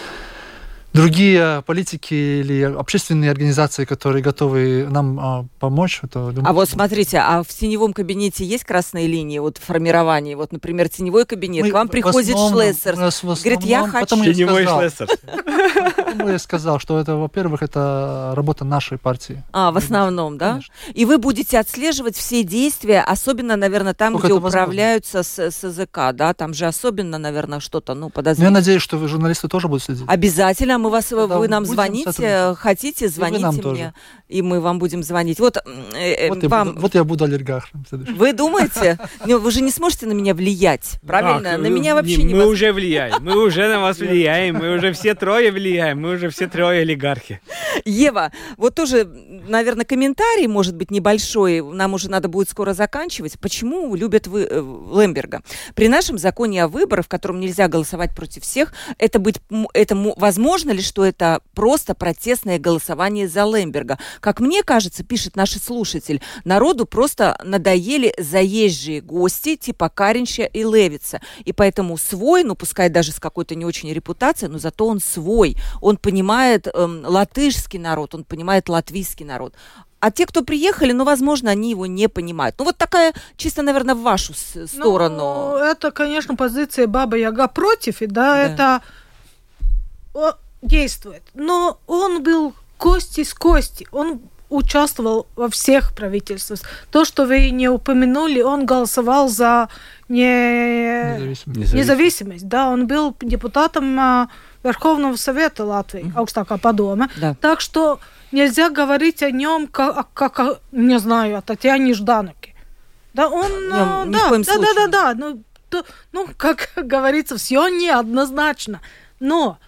политики или общественные организации, которые готовы нам помочь, то... А вот смотрите, а в теневом кабинете есть красные линии вот в формировании? Вот, например, теневой кабинет, к вам приходит Шлессер, говорит, я хочу... Теневой Шлессер. Я сказал, что это, во-первых, это работа нашей партии. В основном, да? Конечно. И вы будете отслеживать все действия, особенно, наверное, там, где управляются с СЗК, да? Там же особенно, наверное, что-то, подозрительное. Я надеюсь, что вы, журналисты, тоже будете следить. Обязательно. Вы нам звоните, хотите, звоните мне, тоже. И мы вам будем звонить. Вот я буду олигархом. Вы думаете? Вы же не сможете на меня влиять, правильно? На меня вообще не... Мы уже влияем, мы уже на вас влияем, мы уже все трое влияем, мы уже все трое олигархи. Ева, вот тоже, наверное, комментарий, может быть, небольшой, нам уже надо будет скоро заканчивать. Почему любят вы Лемберга? При нашем законе о выборах, в котором нельзя голосовать против всех, это возможно ли, что это просто протестное голосование за Лемберга? Как мне кажется, пишет наш слушатель, народу просто надоели заезжие гости типа Каринча и Левица. И поэтому свой, пускай даже с какой-то не очень репутацией, но зато он свой. Он понимает латышский народ, он понимает латвийский народ. А те, кто приехали, возможно, они его не понимают. Вот такая, чисто, наверное, в вашу сторону. Это, конечно, позиция Баба-Яга против, это действует. Но он был кости с кости. Он участвовал во всех правительствах. То, что вы не упомянули, он голосовал за независимость. Да, он был депутатом Верховного Совета Латвии, Augstākā padome. Да. Так что нельзя говорить о нем как не знаю, о Татьяне Жданоке. Да, он... Ни в коем случае. Да. Ну, как говорится, все неоднозначно. Но...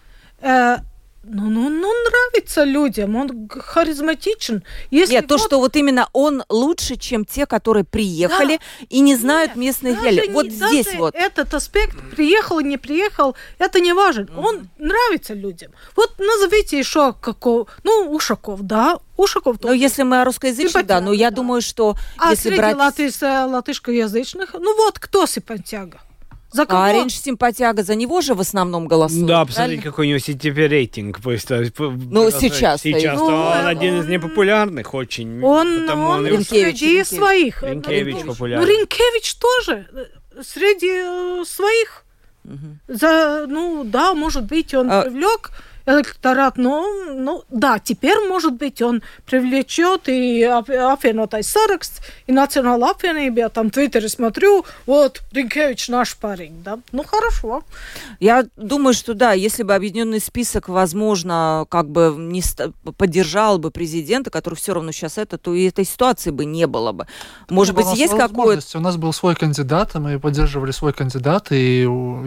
нравится людям, он харизматичен. Нет, то, что вот именно он лучше, чем те, которые приехали и не знают местных реалий. Вот здесь вот. Этот аспект, приехал, не приехал, это не важно. Он нравится людям. Вот назовите еще какого... Ушаков, да. Ушаков тоже. Ну, если мы о русскоязычных, да, но я думаю, что если брать... среди латышскоязычных, кто симпатяга? За кого? Каринч симпатяга, за него же в основном голосуют. Да, посмотрите, какой у него теперь рейтинг. Сейчас он один из непопулярных очень. Он среди своих. Ренкевич популярный. Ренкевич тоже среди своих. Может быть, он привлек электорат, теперь, может быть, он привлечет и apvienotais saraksts, и Национальная apvienība, я там в Твиттере смотрю, вот, Ренкевич наш парень, да, хорошо. Я думаю, что да, если бы объединенный список, возможно, не поддержал бы президента, который все равно сейчас то и этой ситуации бы не было бы. Может быть, есть какой-то... У нас был свой кандидат, мы поддерживали свой кандидат и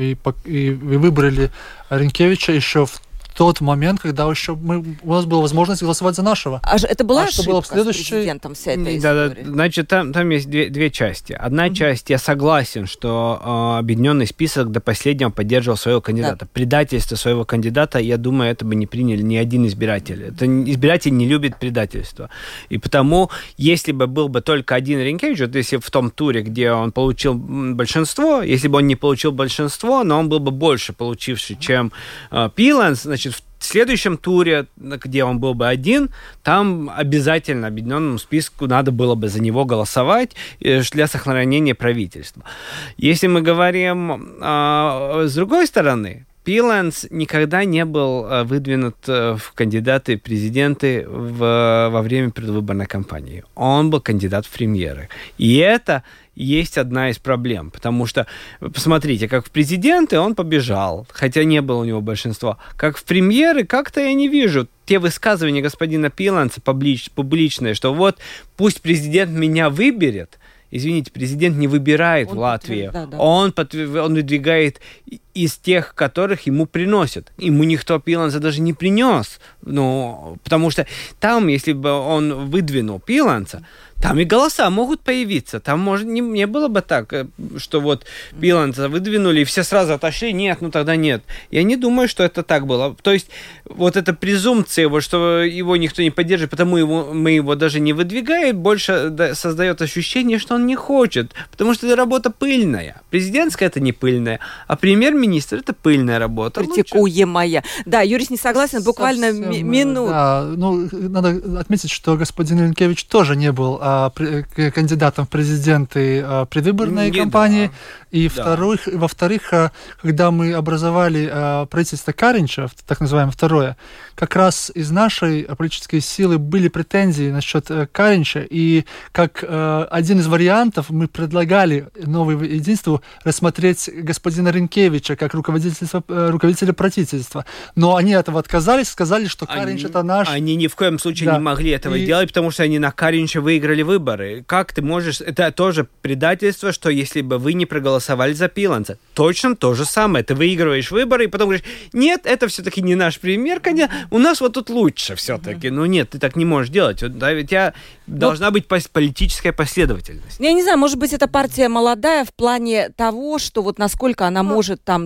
выбрали Ренкевича еще в тот момент, когда еще у нас была возможность голосовать за нашего. Это была ошибка было с президентом вся эта история? Значит, там есть две части. Одна часть, я согласен, что объединенный список до последнего поддерживал своего кандидата. Да. Предательство своего кандидата, я думаю, это бы не приняли ни один избиратель. Избиратель не любит предательство. И потому, если бы был бы только один Ренкевич, вот если в том туре, где он получил большинство, если бы он не получил большинство, но он был бы больше получивший, чем Пиланс, значит, в следующем туре, где он был бы один, там обязательно объединенному списку надо было бы за него голосовать для сохранения правительства. Если мы говорим с другой стороны, Пиланс никогда не был выдвинут в кандидаты в президенты во время предвыборной кампании. Он был кандидат в премьеры. И это есть одна из проблем, потому что, посмотрите, как в президенты он побежал, хотя не было у него большинства. Как в премьеры, как-то я не вижу те высказывания господина Пиланса публичные, что вот пусть президент меня выберет. Извините, президент не выбирает в Латвии. Он выдвигает из тех, которых ему приносят. Ему никто Пиланса даже не принес. Потому что там, если бы он выдвинул Пиланса, там и голоса могут появиться. Там, может, не было бы так, что вот Пиланса выдвинули, и все сразу отошли. Нет, тогда нет. Я не думаю, что это так было. То есть вот эта презумпция, что его никто не поддерживает, потому мы его даже не выдвигаем, больше создает ощущение, что он не хочет. Потому что это работа пыльная. Президентская это не пыльная, а премьер-министр это пыльная работа. Критикуемая. Да, Юрис не согласен, буквально минуту. Да, надо отметить, что господин Ренкевич тоже не был кандидатом в президенты предвыборной кампании. И во-вторых, когда мы образовали правительство Каринча, так называемое второе, как раз из нашей политической силы были претензии насчет Каринча, и как один из вариантов мы предлагали новому единству рассмотреть господина Ренкевича как руководителя правительства. Но они этого отказались, сказали, что Каринч это наш... Они ни в коем случае не могли этого делать, потому что они на Каринча выиграли выборы. Как ты можешь... Это тоже предательство, что если бы вы не проголосовали за Пиланса, точно то же самое. Ты выигрываешь выборы, и потом говоришь, нет, это все-таки не наш премьер, конечно, у нас вот тут лучше все-таки. Нет, ты так не можешь делать. Должна быть политическая последовательность. Я не знаю, может быть, эта партия молодая в плане того, что вот насколько она может там,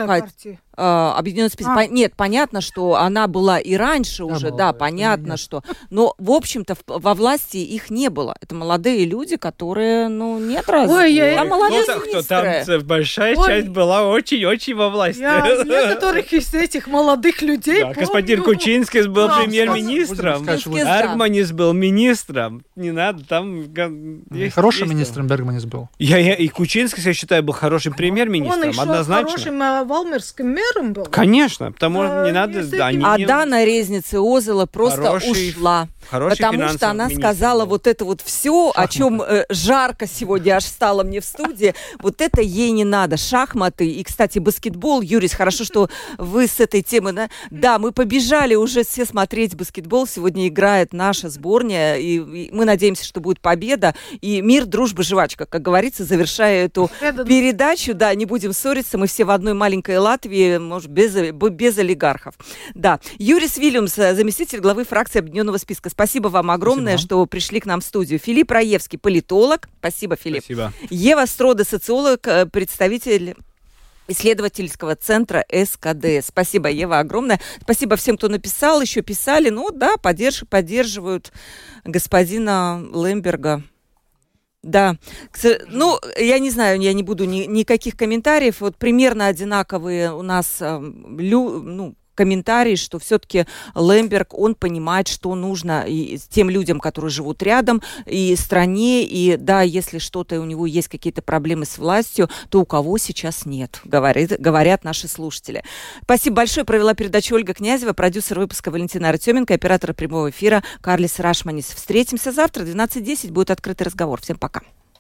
объединенный список. Нет, понятно, что она была и раньше уже, понятно, что... Но, в общем-то, во власти их не было. Это молодые люди, которые, нет разве. Молодые министры. Там большая часть была очень-очень во власти. Я некоторых из этих молодых людей господин Кучинскис был премьер-министром. Бергманис был министром. Не надо, там... Хорошим министром Бергманис был. И Кучинскис, я считаю, был хорошим премьер-министром, однозначно. Он еще хорошим валмерским мэром был? Конечно, потому что не надо... А Дана Резница Озела просто ушла. Потому что она сказала вот это вот все, о чем жарко сегодня аж стало мне в студии. Вот это ей не надо. Шахматы и, кстати, баскетбол. Юрис, хорошо, что вы с этой темы, да? Да, мы побежали уже все смотреть баскетбол. Сегодня играет наша сборная, и мы надеемся, что будет победа. И мир, дружба, жвачка, как говорится, завершая эту передачу. Да, не будем ссориться, мы все в одной маленькой Латвии, может, без олигархов. Да. Юрис Вильямс, заместитель главы фракции Объединенного списка. Спасибо вам огромное, что пришли к нам в студию. Филипп Раевский, политолог. Спасибо, Филипп. Спасибо. Ева Строда, социолог, представитель исследовательского центра СКДС. Спасибо, Ева, огромное. Спасибо всем, кто написал, еще писали. Ну да, поддерживают господина Лемберга. Да, ну, я не знаю, я не буду никаких комментариев. Вот примерно одинаковые у нас комментарий, что все-таки Лемберг, он понимает, что нужно и тем людям, которые живут рядом, и стране, и да, если что-то у него есть какие-то проблемы с властью, то у кого сейчас нет, говорят наши слушатели. Спасибо большое. Провела передачу Ольга Князева, продюсер выпуска Валентина Артеменко, оператор прямого эфира Карлис Рашманис. Встретимся завтра, 12:10, будет открытый разговор. Всем пока.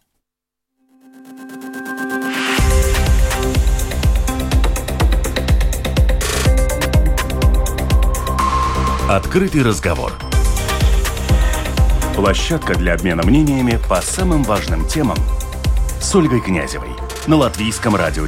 Открытый разговор. Площадка для обмена мнениями по самым важным темам с Ольгой Князевой на Латвийском радио